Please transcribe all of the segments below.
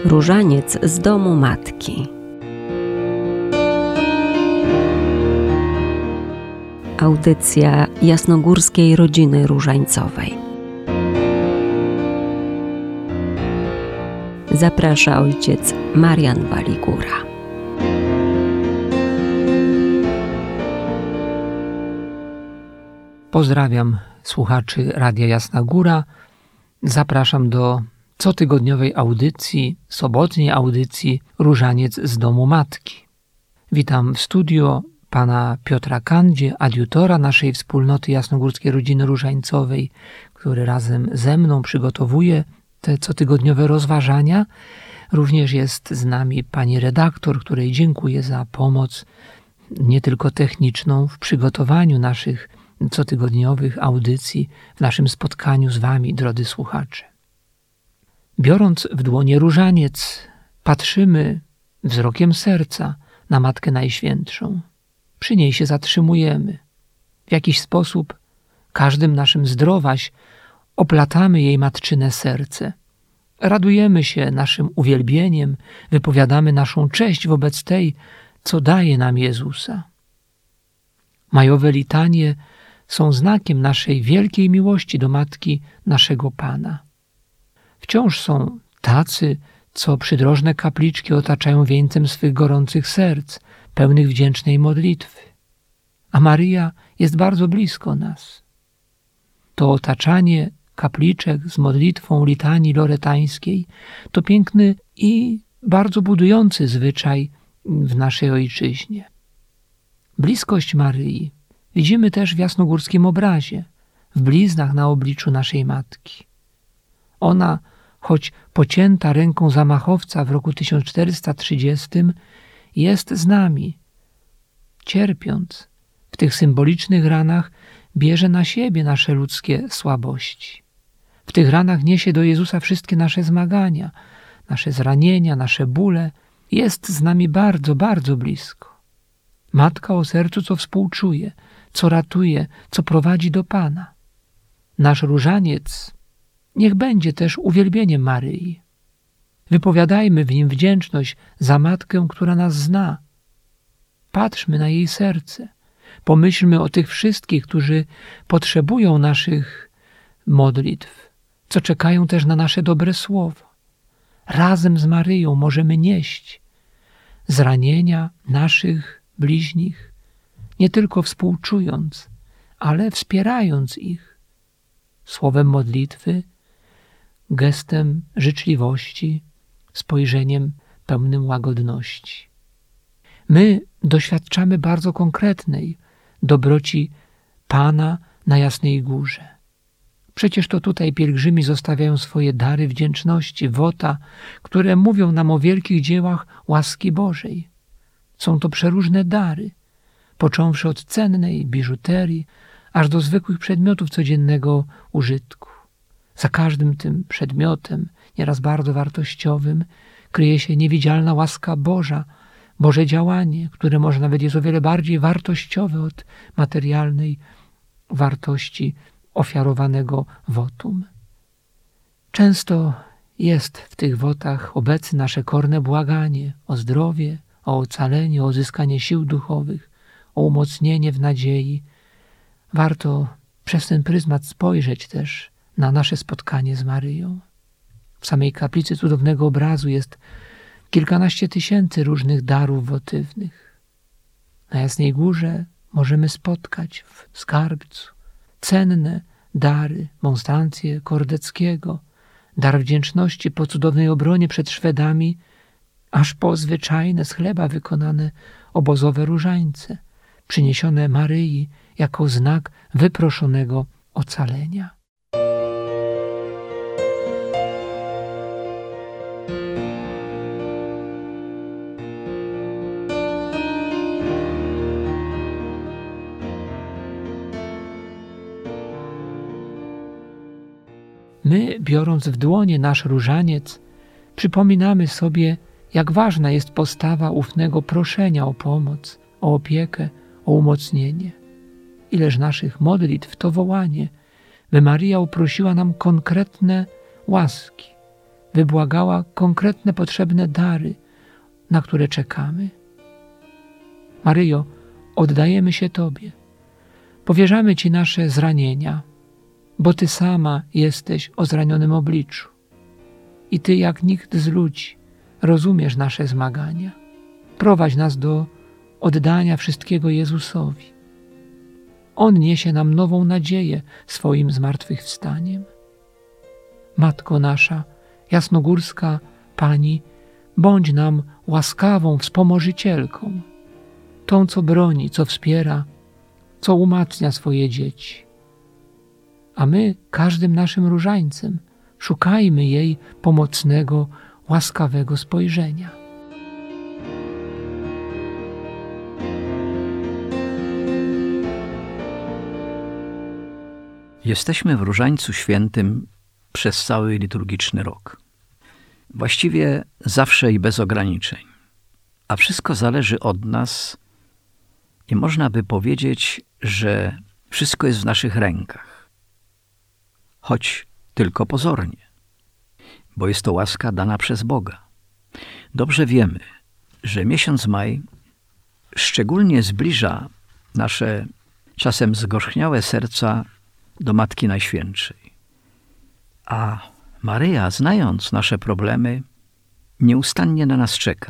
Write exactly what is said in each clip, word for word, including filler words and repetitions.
Różaniec z domu matki. Audycja jasnogórskiej rodziny różańcowej. Zaprasza ojciec Marian Waligura. Pozdrawiam słuchaczy Radia Jasna Góra. Zapraszam do cotygodniowej audycji, sobotniej audycji Różaniec z domu matki. Witam w studio pana Piotra Kandzie, adiutora naszej wspólnoty jasnogórskiej rodziny różańcowej, który razem ze mną przygotowuje te cotygodniowe rozważania. Również jest z nami pani redaktor, której dziękuję za pomoc nie tylko techniczną w przygotowaniu naszych cotygodniowych audycji, w naszym spotkaniu z wami, drodzy słuchacze. Biorąc w dłonie różaniec, patrzymy wzrokiem serca na Matkę Najświętszą. Przy niej się zatrzymujemy. W jakiś sposób każdym naszym zdrowaś oplatamy jej matczyne serce. Radujemy się naszym uwielbieniem, wypowiadamy naszą cześć wobec tej, co daje nam Jezusa. Majowe litanie są znakiem naszej wielkiej miłości do Matki naszego Pana. Wciąż są tacy, co przydrożne kapliczki otaczają wieńcem swych gorących serc, pełnych wdzięcznej modlitwy. A Maryja jest bardzo blisko nas. To otaczanie kapliczek z modlitwą litanii loretańskiej to piękny i bardzo budujący zwyczaj w naszej ojczyźnie. Bliskość Maryi widzimy też w jasnogórskim obrazie, w bliznach na obliczu naszej Matki. Ona, choć pocięta ręką zamachowca w roku tysiąc czterysta trzydziestym, jest z nami. Cierpiąc w tych symbolicznych ranach, bierze na siebie nasze ludzkie słabości. W tych ranach niesie do Jezusa wszystkie nasze zmagania, nasze zranienia, nasze bóle. Jest z nami bardzo, bardzo blisko. Matka o sercu, co współczuje, co ratuje, co prowadzi do Pana. Nasz różaniec niech będzie też uwielbieniem Maryi. Wypowiadajmy w nim wdzięczność za Matkę, która nas zna. Patrzmy na jej serce. Pomyślmy o tych wszystkich, którzy potrzebują naszych modlitw, co czekają też na nasze dobre słowo. Razem z Maryją możemy nieść zranienia naszych bliźnich, nie tylko współczując, ale wspierając ich słowem modlitwy, gestem życzliwości, spojrzeniem pełnym łagodności. My doświadczamy bardzo konkretnej dobroci Pana na Jasnej Górze. Przecież to tutaj pielgrzymi zostawiają swoje dary wdzięczności, wota, które mówią nam o wielkich dziełach łaski Bożej. Są to przeróżne dary, począwszy od cennej biżuterii, aż do zwykłych przedmiotów codziennego użytku. Za każdym tym przedmiotem, nieraz bardzo wartościowym, kryje się niewidzialna łaska Boża, Boże działanie, które może nawet jest o wiele bardziej wartościowe od materialnej wartości ofiarowanego wotum. Często jest w tych wotach obecne nasze korne błaganie o zdrowie, o ocalenie, o uzyskanie sił duchowych, o umocnienie w nadziei. Warto przez ten pryzmat spojrzeć też na nasze spotkanie z Maryją. W samej kaplicy cudownego obrazu jest kilkanaście tysięcy różnych darów wotywnych. Na Jasnej Górze możemy spotkać w skarbcu cenne dary monstrancję Kordeckiego, dar wdzięczności po cudownej obronie przed Szwedami, aż po zwyczajne z chleba wykonane obozowe różańce, przyniesione Maryi jako znak wyproszonego ocalenia. My, biorąc w dłonie nasz różaniec, przypominamy sobie, jak ważna jest postawa ufnego proszenia o pomoc, o opiekę, o umocnienie. Ileż naszych modlitw to wołanie, by Maryja uprosiła nam konkretne łaski, wybłagała konkretne, potrzebne dary, na które czekamy. Maryjo, oddajemy się Tobie. Powierzamy Ci nasze zranienia, bo Ty sama jesteś o zranionym obliczu. I Ty, jak nikt z ludzi, rozumiesz nasze zmagania. Prowadź nas do oddania wszystkiego Jezusowi. On niesie nam nową nadzieję swoim zmartwychwstaniem. Matko nasza, jasnogórska Pani, bądź nam łaskawą wspomożycielką, tą, co broni, co wspiera, co umacnia swoje dzieci. A my każdym naszym różańcem szukajmy jej pomocnego, łaskawego spojrzenia. Jesteśmy w Różańcu Świętym przez cały liturgiczny rok. Właściwie zawsze i bez ograniczeń. A wszystko zależy od nas i można by powiedzieć, że wszystko jest w naszych rękach. Choć tylko pozornie, bo jest to łaska dana przez Boga. Dobrze wiemy, że miesiąc maj szczególnie zbliża nasze czasem zgorzchniałe serca do Matki Najświętszej. A Maryja, znając nasze problemy, nieustannie na nas czeka.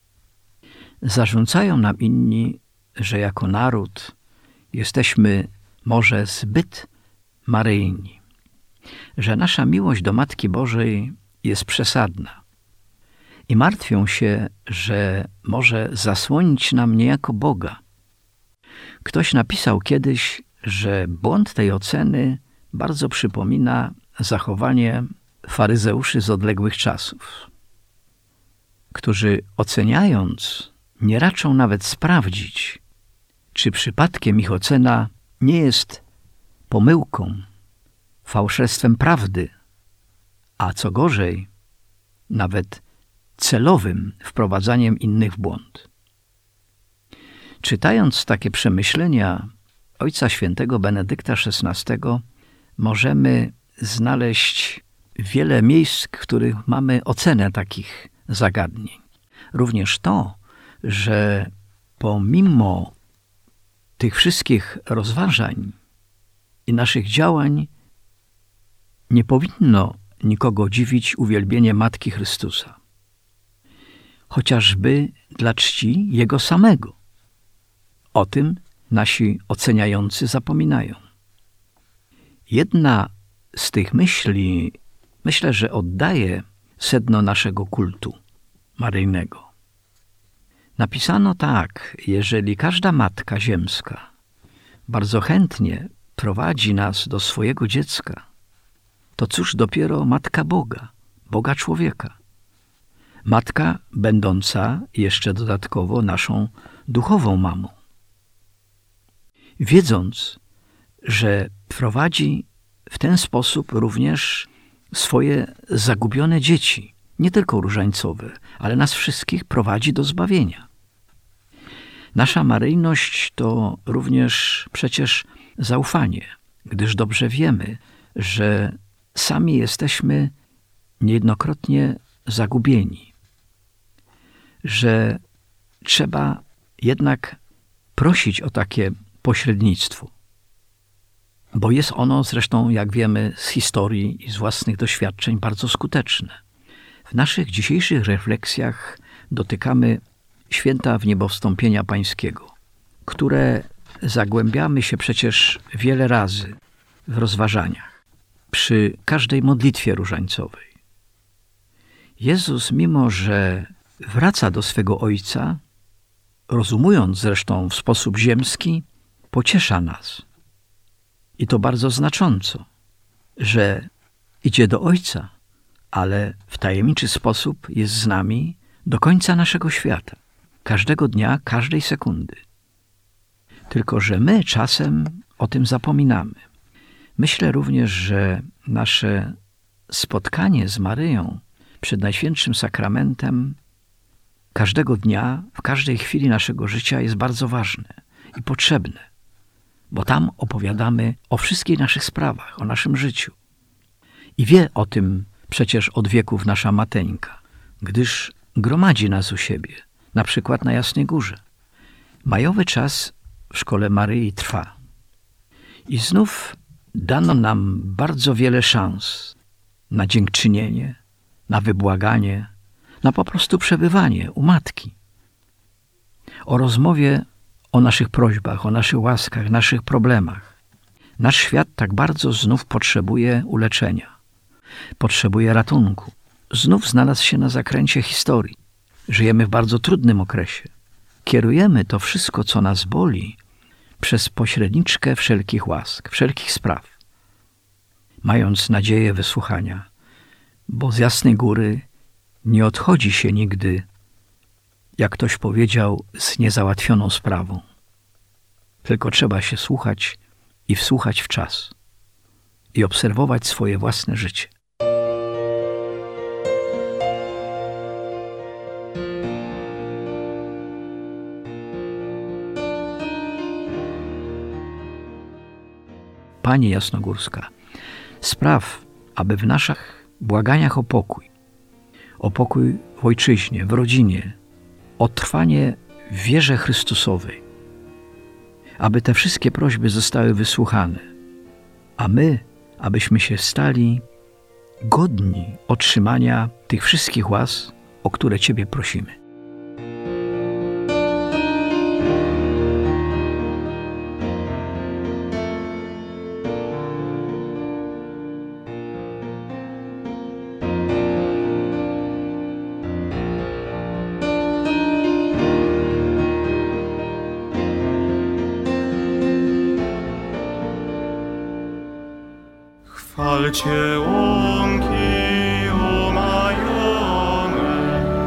Zarzucają nam inni, że jako naród jesteśmy może zbyt maryjni, że nasza miłość do Matki Bożej jest przesadna i martwią się, że może zasłonić nam niejako Boga. Ktoś napisał kiedyś, że błąd tej oceny bardzo przypomina zachowanie faryzeuszy z odległych czasów, którzy oceniając nie raczą nawet sprawdzić, czy przypadkiem ich ocena nie jest pomyłką, fałszerstwem prawdy, a co gorzej, nawet celowym wprowadzaniem innych w błąd. Czytając takie przemyślenia Ojca Świętego Benedykta szesnastego możemy znaleźć wiele miejsc, w których mamy ocenę takich zagadnień. Również to, że pomimo tych wszystkich rozważań i naszych działań nie powinno nikogo dziwić uwielbienie Matki Chrystusa. Chociażby dla czci Jego samego. O tym nasi oceniający zapominają. Jedna z tych myśli, myślę, że oddaje sedno naszego kultu maryjnego. Napisano tak: jeżeli każda matka ziemska bardzo chętnie prowadzi nas do swojego dziecka, to cóż dopiero Matka Boga, Boga człowieka. Matka będąca jeszcze dodatkowo naszą duchową mamą. Wiedząc, że prowadzi w ten sposób również swoje zagubione dzieci, nie tylko różańcowe, ale nas wszystkich prowadzi do zbawienia. Nasza maryjność to również przecież zaufanie, gdyż dobrze wiemy, że sami jesteśmy niejednokrotnie zagubieni, że trzeba jednak prosić o takie pośrednictwo, bo jest ono zresztą, jak wiemy z historii i z własnych doświadczeń, bardzo skuteczne. W naszych dzisiejszych refleksjach dotykamy święta Wniebowstąpienia Pańskiego, które zagłębiamy się przecież wiele razy w rozważaniach, przy każdej modlitwie różańcowej. Jezus, mimo że wraca do swego Ojca, rozumując zresztą w sposób ziemski, pociesza nas. I to bardzo znacząco, że idzie do Ojca, ale w tajemniczy sposób jest z nami do końca naszego świata, każdego dnia, każdej sekundy. Tylko że my czasem o tym zapominamy. Myślę również, że nasze spotkanie z Maryją przed Najświętszym Sakramentem każdego dnia, w każdej chwili naszego życia jest bardzo ważne i potrzebne, bo tam opowiadamy o wszystkich naszych sprawach, o naszym życiu. I wie o tym przecież od wieków nasza mateńka, gdyż gromadzi nas u siebie, na przykład na Jasnej Górze. Majowy czas w Szkole Maryi trwa. I znów dano nam bardzo wiele szans na dziękczynienie, na wybłaganie, na po prostu przebywanie u Matki. O rozmowie o naszych prośbach, o naszych łaskach, naszych problemach. Nasz świat tak bardzo znów potrzebuje uleczenia, potrzebuje ratunku. Znów znalazł się na zakręcie historii. Żyjemy w bardzo trudnym okresie. Kierujemy to wszystko, co nas boli, przez pośredniczkę wszelkich łask, wszelkich spraw, mając nadzieję wysłuchania, bo z Jasnej Góry nie odchodzi się nigdy, jak ktoś powiedział, z niezałatwioną sprawą. Tylko trzeba się słuchać i wsłuchać w czas i obserwować swoje własne życie. Pani Jasnogórska, spraw, aby w naszych błaganiach o pokój, o pokój w ojczyźnie, w rodzinie, o trwanie w wierze Chrystusowej, aby te wszystkie prośby zostały wysłuchane, a my, abyśmy się stali godni otrzymania tych wszystkich łask, o które Ciebie prosimy. Chwalcie łąki omajone,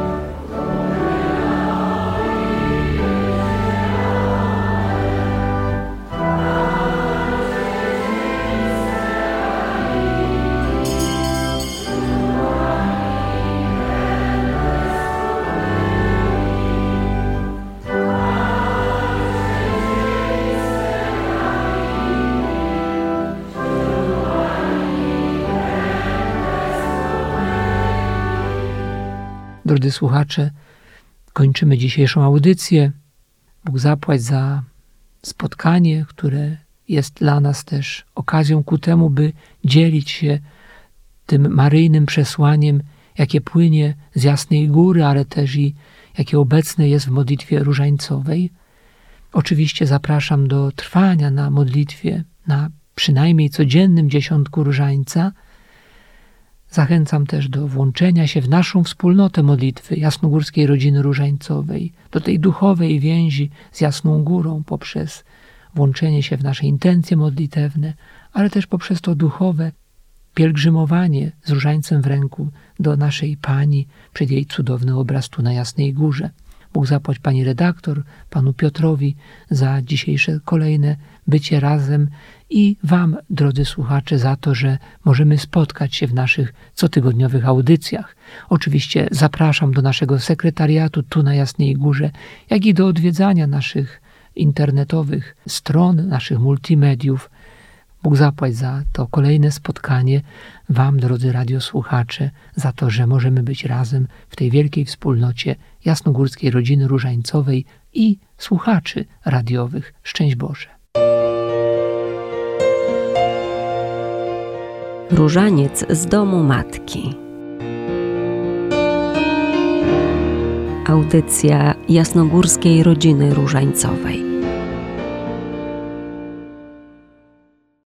Drodzy słuchacze, kończymy dzisiejszą audycję. Bóg zapłać za spotkanie, które jest dla nas też okazją ku temu, by dzielić się tym maryjnym przesłaniem, jakie płynie z Jasnej Góry, ale też i jakie obecne jest w modlitwie różańcowej. Oczywiście zapraszam do trwania na modlitwie, na przynajmniej codziennym dziesiątku różańca. Zachęcam też do włączenia się w naszą wspólnotę modlitwy Jasnogórskiej Rodziny Różańcowej, do tej duchowej więzi z Jasną Górą poprzez włączenie się w nasze intencje modlitewne, ale też poprzez to duchowe pielgrzymowanie z różańcem w ręku do naszej Pani przed jej cudowny obraz tu na Jasnej Górze. Bóg zapłać pani redaktor, panu Piotrowi za dzisiejsze kolejne bycie razem i wam, drodzy słuchacze, za to, że możemy spotkać się w naszych cotygodniowych audycjach. Oczywiście zapraszam do naszego sekretariatu tu na Jasnej Górze, jak i do odwiedzania naszych internetowych stron, naszych multimediów. Bóg zapłać za to kolejne spotkanie wam, drodzy radiosłuchacze, za to, że możemy być razem w tej wielkiej wspólnocie Jasnogórskiej Rodziny Różańcowej i słuchaczy radiowych. Szczęść Boże. Różaniec z domu matki. Audycja Jasnogórskiej Rodziny Różańcowej.